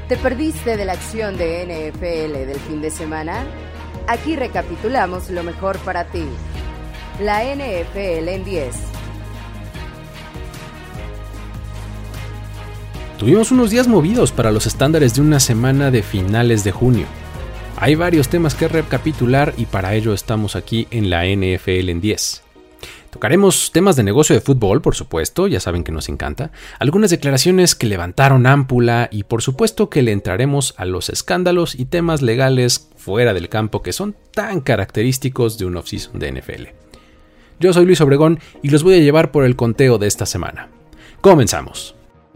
¿Te perdiste de la acción de NFL del fin de semana? Aquí recapitulamos lo mejor para ti. La NFL en 10. Tuvimos unos días movidos para los estándares de una semana de finales de junio. Hay varios temas que recapitular y para ello estamos aquí en la NFL en 10. Tocaremos temas de negocio de fútbol, por supuesto, ya saben que nos encanta, algunas declaraciones que levantaron ámpula y por supuesto que le entraremos a los escándalos y temas legales fuera del campo que son tan característicos de un off-season de NFL. Yo soy Luis Obregón y los voy a llevar por el conteo de esta semana. Comenzamos.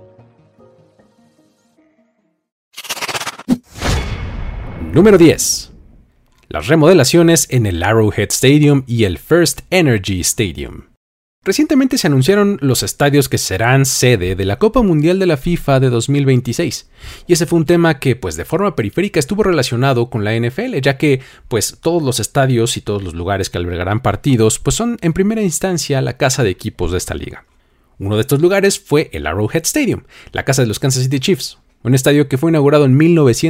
Número 10. Las remodelaciones en el Arrowhead Stadium y el First Energy Stadium. Recientemente se anunciaron los estadios que serán sede de la Copa Mundial de la FIFA de 2026, y ese fue un tema que de forma periférica estuvo relacionado con la NFL, ya que todos los estadios y todos los lugares que albergarán partidos son en primera instancia la casa de equipos de esta liga. Uno de estos lugares fue el Arrowhead Stadium, la casa de los Kansas City Chiefs. Un estadio que fue inaugurado en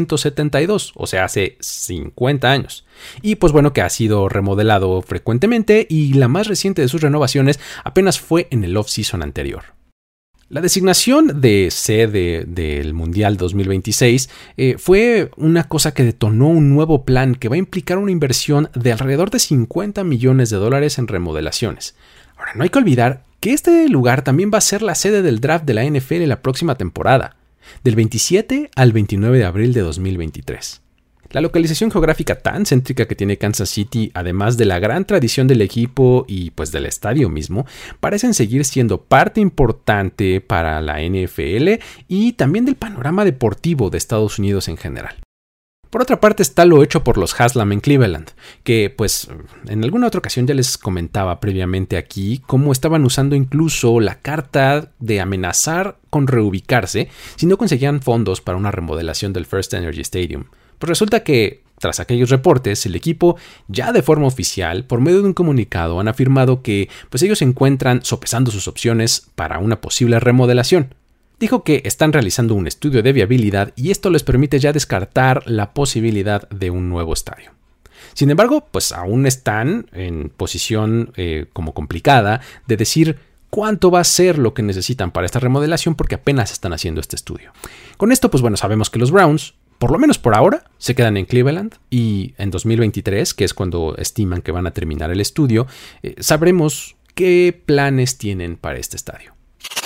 1972, o sea, hace 50 años. Y que ha sido remodelado frecuentemente y la más reciente de sus renovaciones apenas fue en el off-season anterior. La designación de sede del Mundial 2026 fue una cosa que detonó un nuevo plan que va a implicar una inversión de alrededor de $50 millones en remodelaciones. Ahora, no hay que olvidar que este lugar también va a ser la sede del draft de la NFL la próxima temporada, del 27 al 29 de abril de 2023. La localización geográfica tan céntrica que tiene Kansas City, además de la gran tradición del equipo y del estadio mismo, parecen seguir siendo parte importante para la NFL y también del panorama deportivo de Estados Unidos en general. Por otra parte está lo hecho por los Haslam en Cleveland, que en alguna otra ocasión ya les comentaba previamente aquí cómo estaban usando incluso la carta de amenazar con reubicarse si no conseguían fondos para una remodelación del First Energy Stadium. Pues resulta que, tras aquellos reportes, el equipo ya de forma oficial, por medio de un comunicado, han afirmado que ellos se encuentran sopesando sus opciones para una posible remodelación. Dijo que están realizando un estudio de viabilidad y esto les permite ya descartar la posibilidad de un nuevo estadio. Sin embargo, aún están en posición como complicada de decir cuánto va a ser lo que necesitan para esta remodelación porque apenas están haciendo este estudio. Con esto, sabemos que los Browns, por lo menos por ahora, se quedan en Cleveland y en 2023, que es cuando estiman que van a terminar el estudio, sabremos qué planes tienen para este estadio.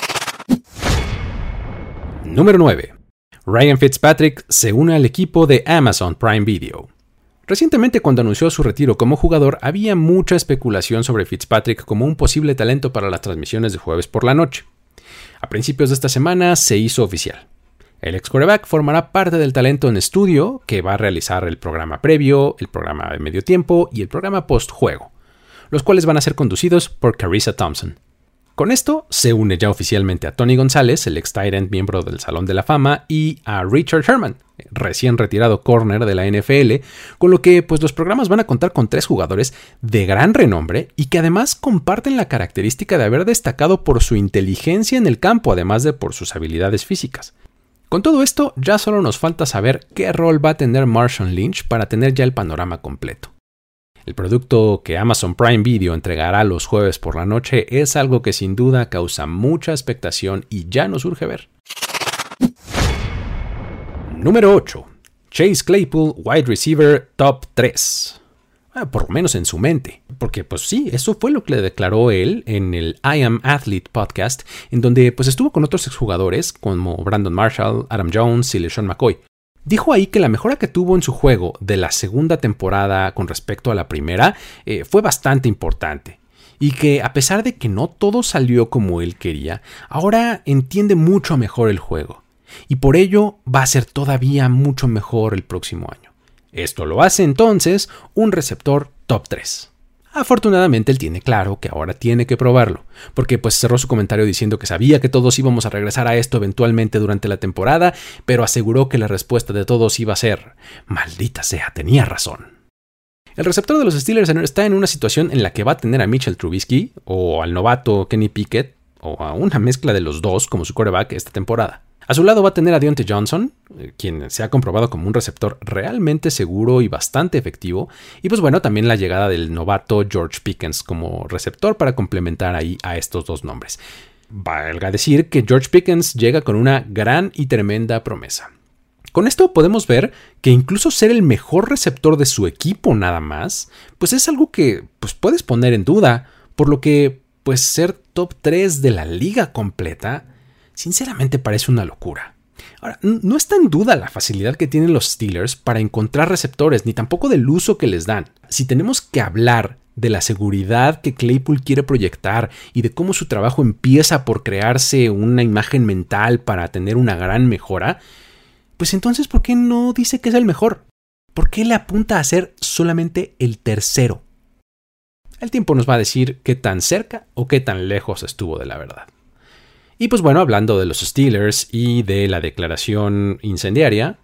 Número 9. Ryan Fitzpatrick se une al equipo de Amazon Prime Video. Recientemente, cuando anunció su retiro como jugador, había mucha especulación sobre Fitzpatrick como un posible talento para las transmisiones de jueves por la noche. A principios de esta semana se hizo oficial. El ex quarterback formará parte del talento en estudio que va a realizar el programa previo, el programa de medio tiempo y el programa post-juego, los cuales van a ser conducidos por Carissa Thompson. Con esto se une ya oficialmente a Tony González, el ex tight end miembro del Salón de la Fama, y a Richard Sherman, recién retirado corner de la NFL, con lo que los programas van a contar con 3 jugadores de gran renombre y que además comparten la característica de haber destacado por su inteligencia en el campo, además de por sus habilidades físicas. Con todo esto, ya solo nos falta saber qué rol va a tener Marshawn Lynch para tener ya el panorama completo. El producto que Amazon Prime Video entregará los jueves por la noche es algo que sin duda causa mucha expectación y ya nos urge ver. Número 8. Chase Claypool, wide receiver top 3. Por lo menos en su mente, porque sí, eso fue lo que le declaró él en el I Am Athlete podcast, en donde estuvo con otros exjugadores como Brandon Marshall, Adam Jones y LeSean McCoy. Dijo ahí que la mejora que tuvo en su juego de la segunda temporada con respecto a la primera fue bastante importante y que a pesar de que no todo salió como él quería, ahora entiende mucho mejor el juego y por ello va a ser todavía mucho mejor el próximo año. Esto lo hace entonces un receptor top 3. Afortunadamente él tiene claro que ahora tiene que probarlo, porque cerró su comentario diciendo que sabía que todos íbamos a regresar a esto eventualmente durante la temporada, pero aseguró que la respuesta de todos iba a ser: maldita sea, tenía razón. El receptor de los Steelers está en una situación en la que va a tener a Mitchell Trubisky o al novato Kenny Pickett o a una mezcla de los dos como su quarterback esta temporada. A su lado va a tener a Diontae Johnson, quien se ha comprobado como un receptor realmente seguro y bastante efectivo, y pues bueno, también la llegada del novato George Pickens como receptor para complementar ahí a estos dos nombres. Valga decir que George Pickens llega con una gran y tremenda promesa. Con esto podemos ver que incluso ser el mejor receptor de su equipo nada más, pues es algo que pues puedes poner en duda, por lo que pues ser top 3 de la liga completa sinceramente parece una locura. Ahora, no está en duda la facilidad que tienen los Steelers para encontrar receptores, ni tampoco del uso que les dan. Si tenemos que hablar de la seguridad que Claypool quiere proyectar y de cómo su trabajo empieza por crearse una imagen mental para tener una gran mejora, pues entonces, ¿por qué no dice que es el mejor? ¿Por qué le apunta a ser solamente el tercero? El tiempo nos va a decir qué tan cerca o qué tan lejos estuvo de la verdad. Y pues bueno, hablando de los Steelers y de la declaración incendiaria.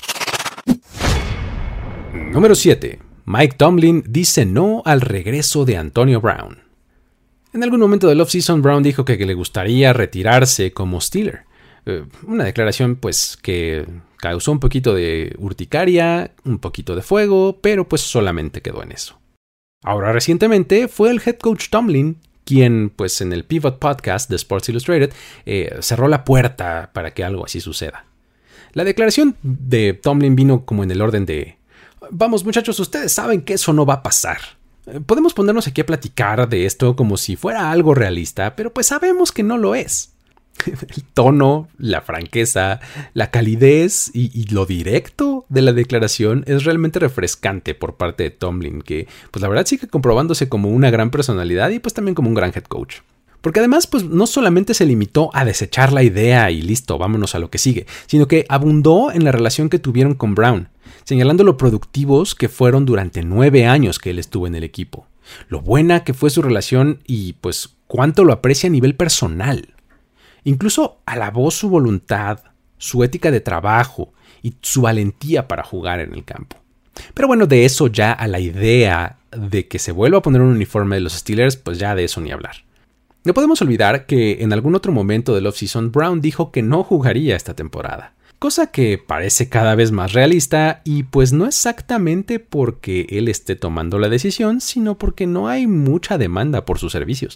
Número 7. Mike Tomlin dice no al regreso de Antonio Brown. En algún momento del offseason, Brown dijo que le gustaría retirarse como Steeler. Una declaración pues que causó un poquito de urticaria, un poquito de fuego, pero pues solamente quedó en eso. Ahora recientemente fue el head coach Tomlin quien pues en el Pivot Podcast de Sports Illustrated cerró la puerta para que algo así suceda. La declaración de Tomlin vino como en el orden de: vamos muchachos, ustedes saben que eso no va a pasar. Podemos ponernos aquí a platicar de esto como si fuera algo realista, pero pues sabemos que no lo es. El tono, la franqueza, la calidez y lo directo de la declaración es realmente refrescante por parte de Tomlin, que pues la verdad sigue comprobándose como una gran personalidad y pues también como un gran head coach. Porque además pues no solamente se limitó a desechar la idea y listo, vámonos a lo que sigue, sino que abundó en la relación que tuvieron con Brown, señalando lo productivos que fueron durante 9 años que él estuvo en el equipo, lo buena que fue su relación y pues cuánto lo aprecia a nivel personal. Incluso alabó su voluntad, su ética de trabajo y su valentía para jugar en el campo. Pero bueno, de eso ya a la idea de que se vuelva a poner un uniforme de los Steelers, pues ya de eso ni hablar. No podemos olvidar que en algún otro momento del offseason Brown dijo que no jugaría esta temporada, cosa que parece cada vez más realista y pues no exactamente porque él esté tomando la decisión, sino porque no hay mucha demanda por sus servicios.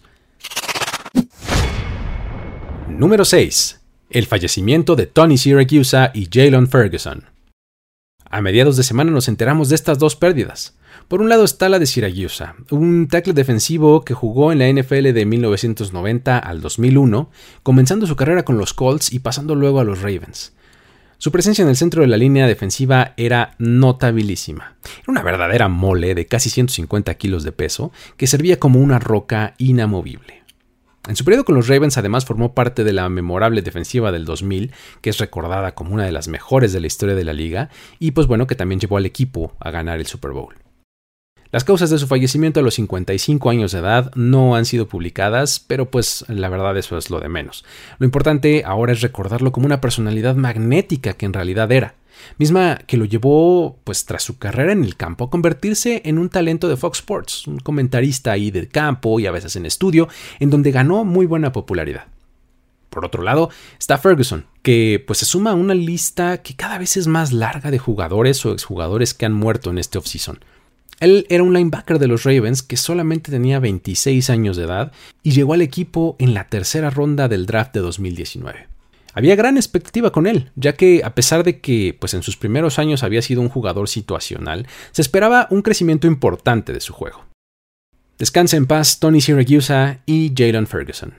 Número 6. El fallecimiento de Tony Siragusa y Jalen Ferguson. A mediados de semana nos enteramos de estas dos pérdidas. Por un lado está la de Siragusa, un tackle defensivo que jugó en la NFL de 1990 al 2001, comenzando su carrera con los Colts y pasando luego a los Ravens. Su presencia en el centro de la línea defensiva era notabilísima. Era una verdadera mole de casi 150 kilos de peso que servía como una roca inamovible. En su periodo con los Ravens además formó parte de la memorable defensiva del 2000, que es recordada como una de las mejores de la historia de la liga, y pues bueno, que también llevó al equipo a ganar el Super Bowl. Las causas de su fallecimiento a los 55 años de edad no han sido publicadas, pero pues la verdad eso es lo de menos. Lo importante ahora es recordarlo como una personalidad magnética que en realidad era, misma que lo llevó pues tras su carrera en el campo a convertirse en un talento de Fox Sports, un comentarista ahí del campo y a veces en estudio, en donde ganó muy buena popularidad. Por otro lado está Ferguson, que pues se suma a una lista que cada vez es más larga de jugadores o exjugadores que han muerto en este offseason. Él era un linebacker de los Ravens que solamente tenía 26 años de edad y llegó al equipo en la tercera ronda del draft de 2019. Había gran expectativa con él, ya que a pesar de que pues en sus primeros años había sido un jugador situacional, se esperaba un crecimiento importante de su juego. Descansa en paz Tony Siragusa y Jalen Ferguson.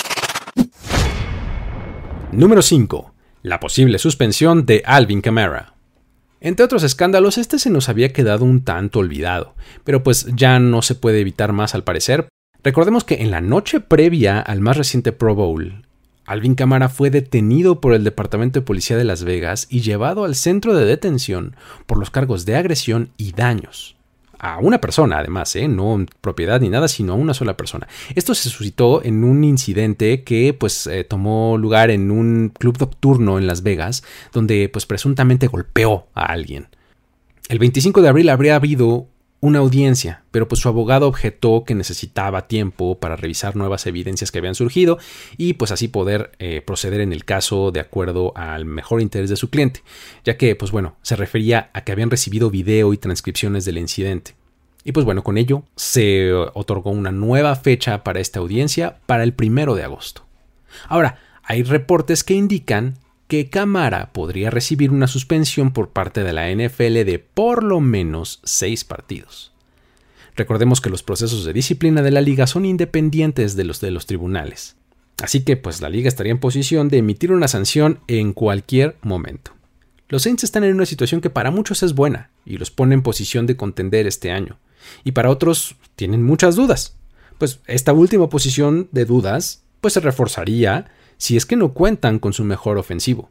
Número 5. La posible suspensión de Alvin Kamara. Entre otros escándalos, este se nos había quedado un tanto olvidado, pero pues ya no se puede evitar más al parecer. Recordemos que en la noche previa al más reciente Pro Bowl, Alvin Kamara fue detenido por el Departamento de Policía de Las Vegas y llevado al centro de detención por los cargos de agresión y daños. A una persona, además, no propiedad ni nada, sino a una sola persona. Esto se suscitó en un incidente que pues tomó lugar en un club nocturno en Las Vegas, donde pues presuntamente golpeó a alguien. El 25 de abril habría habido una audiencia, pero pues su abogado objetó que necesitaba tiempo para revisar nuevas evidencias que habían surgido y pues así poder proceder en el caso de acuerdo al mejor interés de su cliente, ya que pues bueno, se refería a que habían recibido video y transcripciones del incidente. Y pues bueno, con ello se otorgó una nueva fecha para esta audiencia para el 1 de agosto. Ahora, hay reportes que indican que Camara podría recibir una suspensión por parte de la NFL de por lo menos 6 partidos. Recordemos que los procesos de disciplina de la liga son independientes de los tribunales. Así que pues la liga estaría en posición de emitir una sanción en cualquier momento. Los Saints están en una situación que para muchos es buena y los pone en posición de contender este año. Y para otros tienen muchas dudas. Pues esta última posición de dudas pues se reforzaría si es que no cuentan con su mejor ofensivo.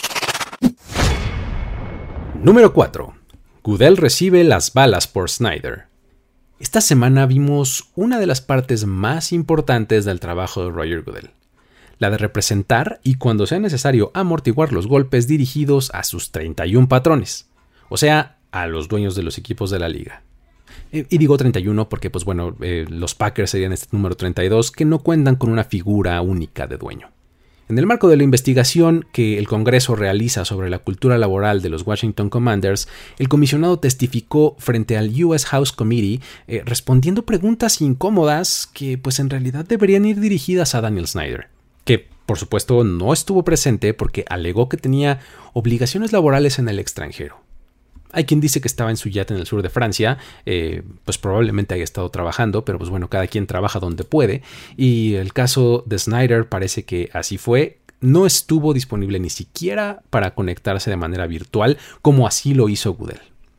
Número 4. Goodell recibe las balas por Snyder. Esta semana vimos una de las partes más importantes del trabajo de Roger Goodell, la de representar y cuando sea necesario amortiguar los golpes dirigidos a sus 31 patrones, o sea, a los dueños de los equipos de la liga. Y digo 31 porque pues bueno, los Packers serían este número 32 que no cuentan con una figura única de dueño. En el marco de la investigación que el Congreso realiza sobre la cultura laboral de los Washington Commanders, el comisionado testificó frente al US House Committee respondiendo preguntas incómodas que pues en realidad deberían ir dirigidas a Daniel Snyder, que por supuesto no estuvo presente porque alegó que tenía obligaciones laborales en el extranjero. Hay quien dice que estaba en su yate en el sur de Francia, pues probablemente haya estado trabajando, pero pues bueno, cada quien trabaja donde puede. Y el caso de Snyder parece que así fue. No estuvo disponible ni siquiera para conectarse de manera virtual, como así lo hizo Goodell.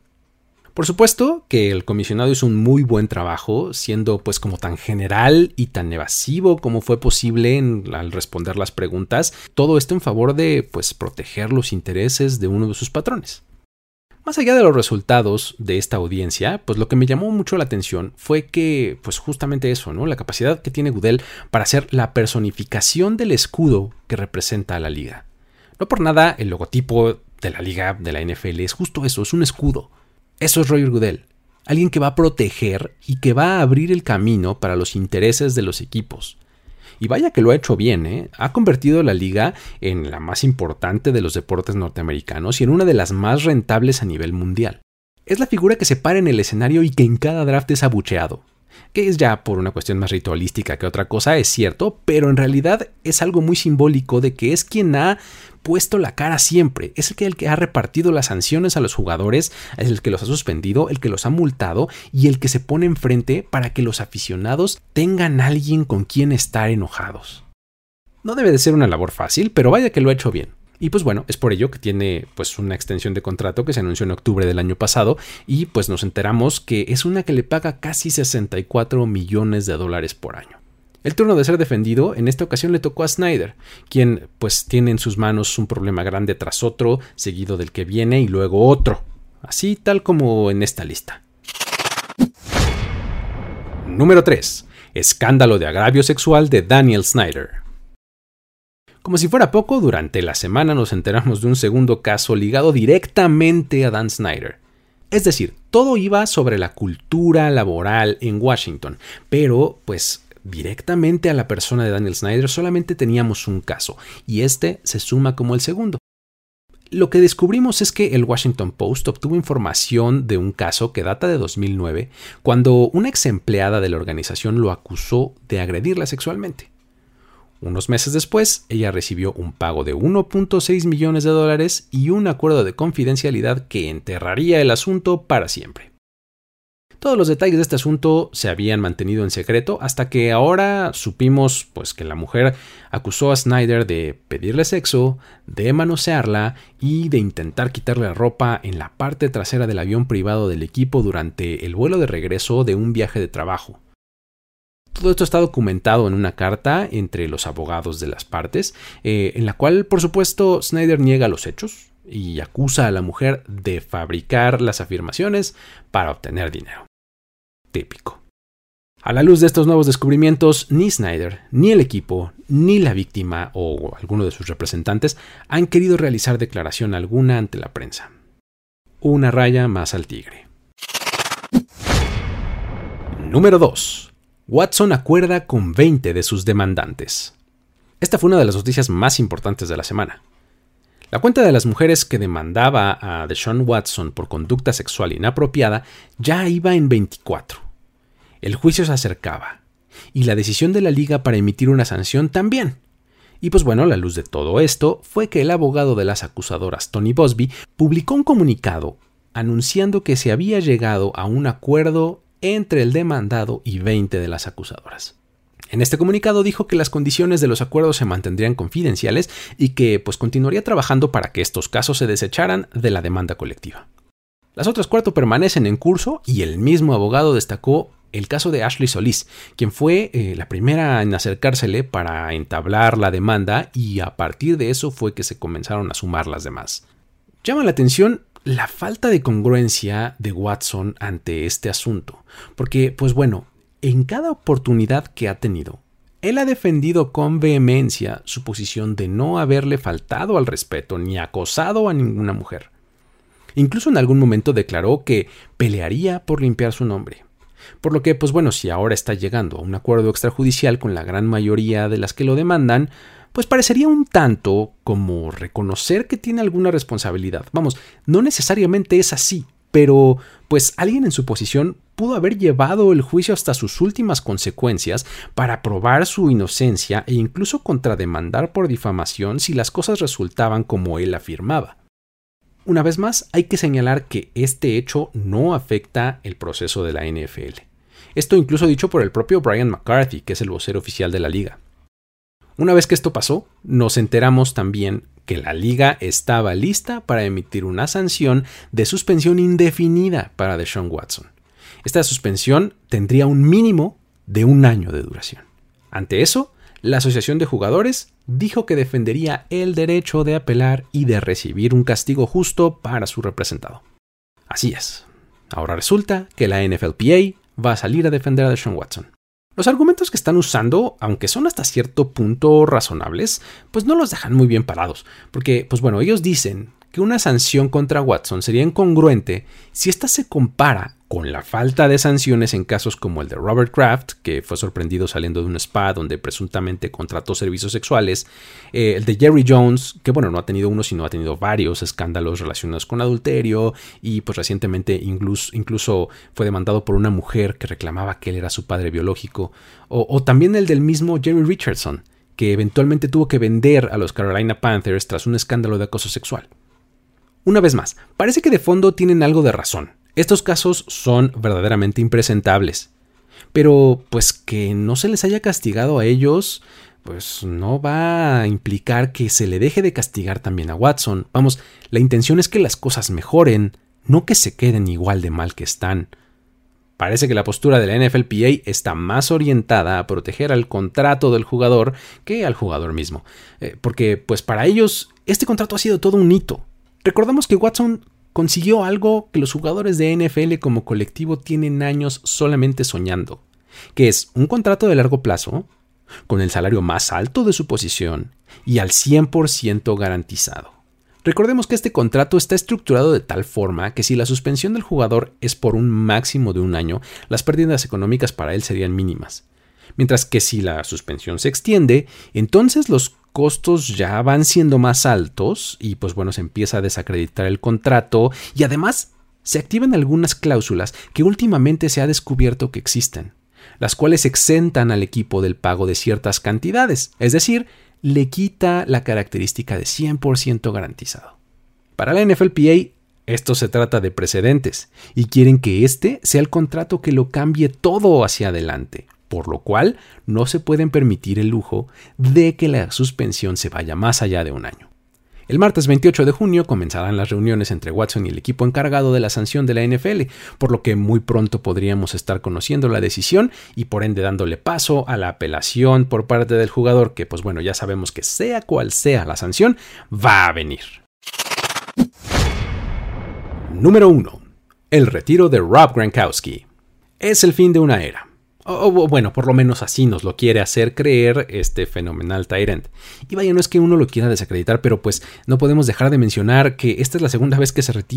Por supuesto que el comisionado hizo un muy buen trabajo, siendo pues como tan general y tan evasivo como fue posible al responder las preguntas. Todo esto en favor de pues proteger los intereses de uno de sus patrones. Más allá de los resultados de esta audiencia, pues lo que me llamó mucho la atención fue que, pues justamente eso, ¿no? La capacidad que tiene Goodell para ser la personificación del escudo que representa a la liga. No por nada el logotipo de la liga, de la NFL, es justo eso, es un escudo. Eso es Roger Goodell, alguien que va a proteger y que va a abrir el camino para los intereses de los equipos. Y vaya que lo ha hecho bien, ¿eh? Ha convertido la liga en la más importante de los deportes norteamericanos y en una de las más rentables a nivel mundial. Es la figura que se para en el escenario y que en cada draft es abucheado. Que es ya por una cuestión más ritualística que otra cosa, es cierto, pero en realidad es algo muy simbólico de que es quien ha puesto la cara siempre, es el que ha repartido las sanciones a los jugadores, es el que los ha suspendido, el que los ha multado y el que se pone enfrente para que los aficionados tengan a alguien con quien estar enojados. No debe de ser una labor fácil, pero vaya que lo ha hecho bien. Y pues bueno, es por ello que tiene pues una extensión de contrato que se anunció en octubre del año pasado y pues nos enteramos que es una que le paga casi $64 millones por año. El turno de ser defendido en esta ocasión le tocó a Snyder, quien pues tiene en sus manos un problema grande tras otro, seguido del que viene y luego otro, así tal como en esta lista. Número 3. Escándalo de agravio sexual de Daniel Snyder. Como si fuera poco, durante la semana nos enteramos de un segundo caso ligado directamente a Dan Snyder. Es decir, todo iba sobre la cultura laboral en Washington, pero pues directamente a la persona de Daniel Snyder solamente teníamos un caso, y este se suma como el segundo. Lo que descubrimos es que el Washington Post obtuvo información de un caso que data de 2009, cuando una ex empleada de la organización lo acusó de agredirla sexualmente. Unos meses después, ella recibió un pago de $1.6 millones y un acuerdo de confidencialidad que enterraría el asunto para siempre. Todos los detalles de este asunto se habían mantenido en secreto hasta que ahora supimos pues, que la mujer acusó a Snyder de pedirle sexo, de manosearla y de intentar quitarle la ropa en la parte trasera del avión privado del equipo durante el vuelo de regreso de un viaje de trabajo. Todo esto está documentado en una carta entre los abogados de las partes, en la cual, por supuesto, Snyder niega los hechos y acusa a la mujer de fabricar las afirmaciones para obtener dinero. Típico. A la luz de estos nuevos descubrimientos, ni Snyder, ni el equipo, ni la víctima o alguno de sus representantes han querido realizar declaración alguna ante la prensa. Una raya más al tigre. Número 2. Watson acuerda con 20 de sus demandantes. Esta fue una de las noticias más importantes de la semana. La cuenta de las mujeres que demandaba a Deshaun Watson por conducta sexual inapropiada ya iba en 24. El juicio se acercaba, y la decisión de la liga para emitir una sanción también. Y pues bueno, la luz de todo esto fue que el abogado de las acusadoras, Tony Buzbee, publicó un comunicado anunciando que se había llegado a un acuerdo entre el demandado y 20 de las acusadoras. En este comunicado dijo que las condiciones de los acuerdos se mantendrían confidenciales y que pues continuaría trabajando para que estos casos se desecharan de la demanda colectiva. Las otras 4 permanecen en curso y el mismo abogado destacó el caso de Ashley Solis, quien fue la primera en acercársele para entablar la demanda, y a partir de eso fue que se comenzaron a sumar las demás. Llama la atención la falta de congruencia de Watson ante este asunto, porque pues bueno, en cada oportunidad que ha tenido, él ha defendido con vehemencia su posición de no haberle faltado al respeto ni acosado a ninguna mujer. Incluso en algún momento declaró que pelearía por limpiar su nombre. Por lo que, pues bueno, si ahora está llegando a un acuerdo extrajudicial con la gran mayoría de las que lo demandan, pues parecería un tanto como reconocer que tiene alguna responsabilidad. Vamos, no necesariamente es así, pero pues alguien en su posición pudo haber llevado el juicio hasta sus últimas consecuencias para probar su inocencia e incluso contrademandar por difamación si las cosas resultaban como él afirmaba. Una vez más, hay que señalar que este hecho no afecta el proceso de la NFL. Esto incluso dicho por el propio Brian McCarthy, que es el vocero oficial de la liga. Una vez que esto pasó, nos enteramos también que la liga estaba lista para emitir una sanción de suspensión indefinida para Deshaun Watson. Esta suspensión tendría un mínimo de 1 año de duración. Ante eso, la Asociación de Jugadores dijo que defendería el derecho de apelar y de recibir un castigo justo para su representado. Así es. Ahora resulta que la NFLPA va a salir a defender a Deshaun Watson. Los argumentos que están usando, aunque son hasta cierto punto razonables, pues no los dejan muy bien parados, porque, pues bueno, ellos dicen que una sanción contra Watson sería incongruente si ésta se compara con la falta de sanciones en casos como el de Robert Kraft, que fue sorprendido saliendo de un spa donde presuntamente contrató servicios sexuales, el de Jerry Jones, que bueno, no ha tenido uno sino ha tenido varios escándalos relacionados con adulterio, y pues recientemente incluso fue demandado por una mujer que reclamaba que él era su padre biológico, o también el del mismo Jerry Richardson, que eventualmente tuvo que vender a los Carolina Panthers tras un escándalo de acoso sexual. Una vez más, parece que de fondo tienen algo de razón. Estos casos son verdaderamente impresentables. Pero pues que no se les haya castigado a ellos, pues no va a implicar que se le deje de castigar también a Watson. Vamos, la intención es que las cosas mejoren, no que se queden igual de mal que están. Parece que la postura de la NFLPA está más orientada a proteger al contrato del jugador que al jugador mismo. Porque pues para ellos este contrato ha sido todo un hito. Recordamos que Watson consiguió algo que los jugadores de NFL como colectivo tienen años solamente soñando, que es un contrato de largo plazo, con el salario más alto de su posición y al 100% garantizado. Recordemos que este contrato está estructurado de tal forma que si la suspensión del jugador es por un máximo de 1 año, las pérdidas económicas para él serían mínimas. Mientras que si la suspensión se extiende, entonces los costos ya van siendo más altos y pues bueno, se empieza a desacreditar el contrato y además se activan algunas cláusulas que últimamente se ha descubierto que existen, las cuales exentan al equipo del pago de ciertas cantidades, es decir, le quita la característica de 100% garantizado. Para la NFLPA, esto se trata de precedentes y quieren que este sea el contrato que lo cambie todo hacia adelante, por lo cual no se pueden permitir el lujo de que la suspensión se vaya más allá de 1 año. El martes 28 de junio comenzarán las reuniones entre Watson y el equipo encargado de la sanción de la NFL, por lo que muy pronto podríamos estar conociendo la decisión y por ende dándole paso a la apelación por parte del jugador, que pues bueno, ya sabemos que sea cual sea la sanción, va a venir. Número 1. El retiro de Rob Gronkowski. Es el fin de una era. O bueno, por lo menos así nos lo quiere hacer creer este fenomenal tight end. Y vaya, no es que uno lo quiera desacreditar, pero pues no podemos dejar de mencionar que esta es la segunda vez que se retira.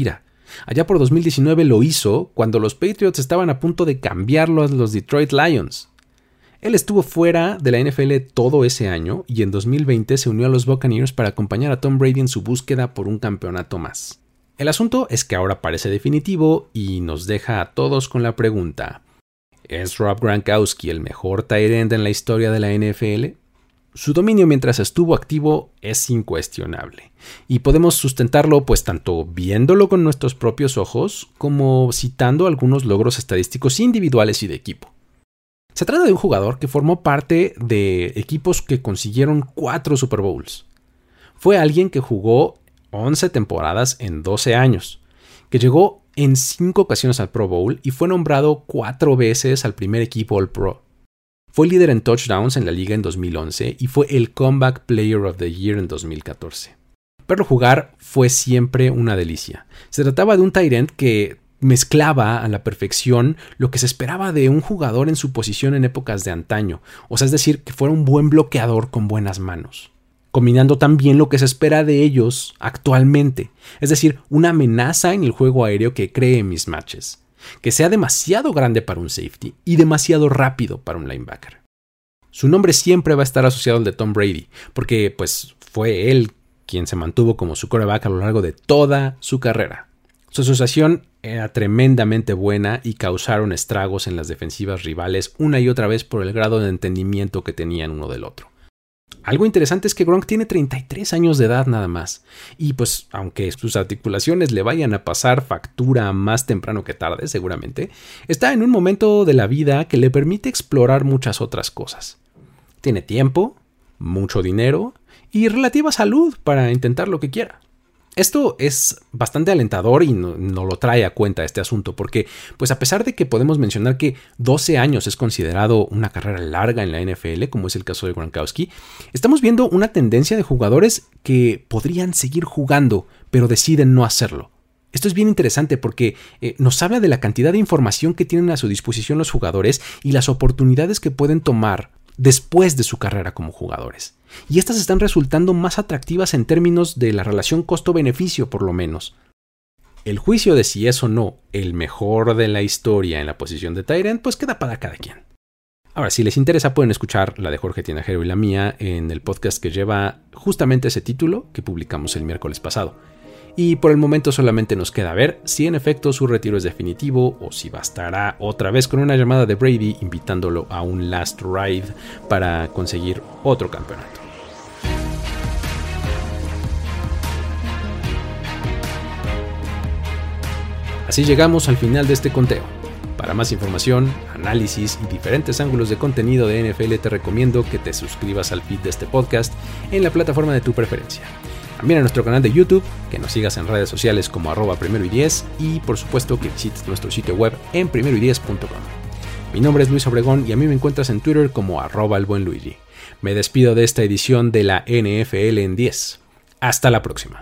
Allá por 2019 lo hizo cuando los Patriots estaban a punto de cambiarlo a los Detroit Lions. Él estuvo fuera de la NFL todo ese año y en 2020 se unió a los Buccaneers para acompañar a Tom Brady en su búsqueda por un campeonato más. El asunto es que ahora parece definitivo y nos deja a todos con la pregunta: ¿es Rob Gronkowski el mejor tight end en la historia de la NFL? Su dominio mientras estuvo activo es incuestionable y podemos sustentarlo pues tanto viéndolo con nuestros propios ojos como citando algunos logros estadísticos individuales y de equipo. Se trata de un jugador que formó parte de equipos que consiguieron 4 Super Bowls. Fue alguien que jugó 11 temporadas en 12 años, que llegó en 5 ocasiones al Pro Bowl y fue nombrado 4 veces al primer equipo All Pro. Fue líder en touchdowns en la liga en 2011 y fue el Comeback Player of the Year en 2014. Verlo jugar fue siempre una delicia. Se trataba de un tight end que mezclaba a la perfección lo que se esperaba de un jugador en su posición en épocas de antaño, o sea, es decir, que fuera un buen bloqueador con buenas manos, combinando también lo que se espera de ellos actualmente, es decir, una amenaza en el juego aéreo que cree mismatches, que sea demasiado grande para un safety y demasiado rápido para un linebacker. Su nombre siempre va a estar asociado al de Tom Brady, porque pues fue él quien se mantuvo como su quarterback a lo largo de toda su carrera. Su asociación era tremendamente buena y causaron estragos en las defensivas rivales una y otra vez por el grado de entendimiento que tenían uno del otro. Algo interesante es que Gronk tiene 33 años de edad nada más, y pues aunque sus articulaciones le vayan a pasar factura más temprano que tarde seguramente, está en un momento de la vida que le permite explorar muchas otras cosas. Tiene tiempo, mucho dinero y relativa salud para intentar lo que quiera. Esto es bastante alentador y no lo trae a cuenta este asunto porque, pues a pesar de que podemos mencionar que 12 años es considerado una carrera larga en la NFL, como es el caso de Gronkowski, estamos viendo una tendencia de jugadores que podrían seguir jugando, pero deciden no hacerlo. Esto es bien interesante porque nos habla de la cantidad de información que tienen a su disposición los jugadores y las oportunidades que pueden tomar después de su carrera como jugadores. Y estas están resultando más atractivas en términos de la relación costo-beneficio, por lo menos. El juicio de si es o no el mejor de la historia en la posición de tight end, pues queda para cada quien. Ahora, si les interesa, pueden escuchar la de Jorge Tinajero y la mía en el podcast que lleva justamente ese título que publicamos el miércoles pasado. Y por el momento solamente nos queda ver si en efecto su retiro es definitivo o si bastará otra vez con una llamada de Brady invitándolo a un last ride para conseguir otro campeonato. Así llegamos al final de este conteo. Para más información, análisis y diferentes ángulos de contenido de NFL te recomiendo que te suscribas al feed de este podcast en la plataforma de tu preferencia. También a nuestro canal de YouTube, que nos sigas en redes sociales como @primero-y-10 y por supuesto que visites nuestro sitio web en primeroy10.com. Mi nombre es Luis Obregón y a mí me encuentras en Twitter como @elbuenluigi. Me despido de esta edición de la NFL en 10. Hasta la próxima.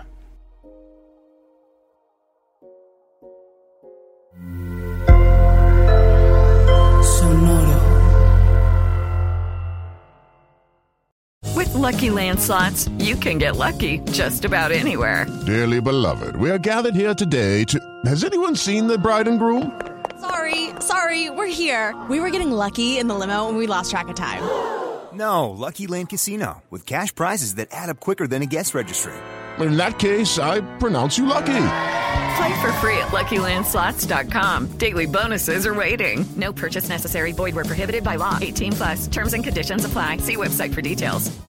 With Lucky Land Slots, you can get lucky just about anywhere. Dearly beloved, we are gathered here today to... Has anyone seen the bride and groom? Sorry, we're here. We were getting lucky in the limo and we lost track of time. No, Lucky Land Casino, with cash prizes that add up quicker than a guest registry. In that case, I pronounce you lucky. Play for free at LuckyLandSlots.com. Daily bonuses are waiting. No purchase necessary. Void where prohibited by law. 18+. Terms and conditions apply. See website for details.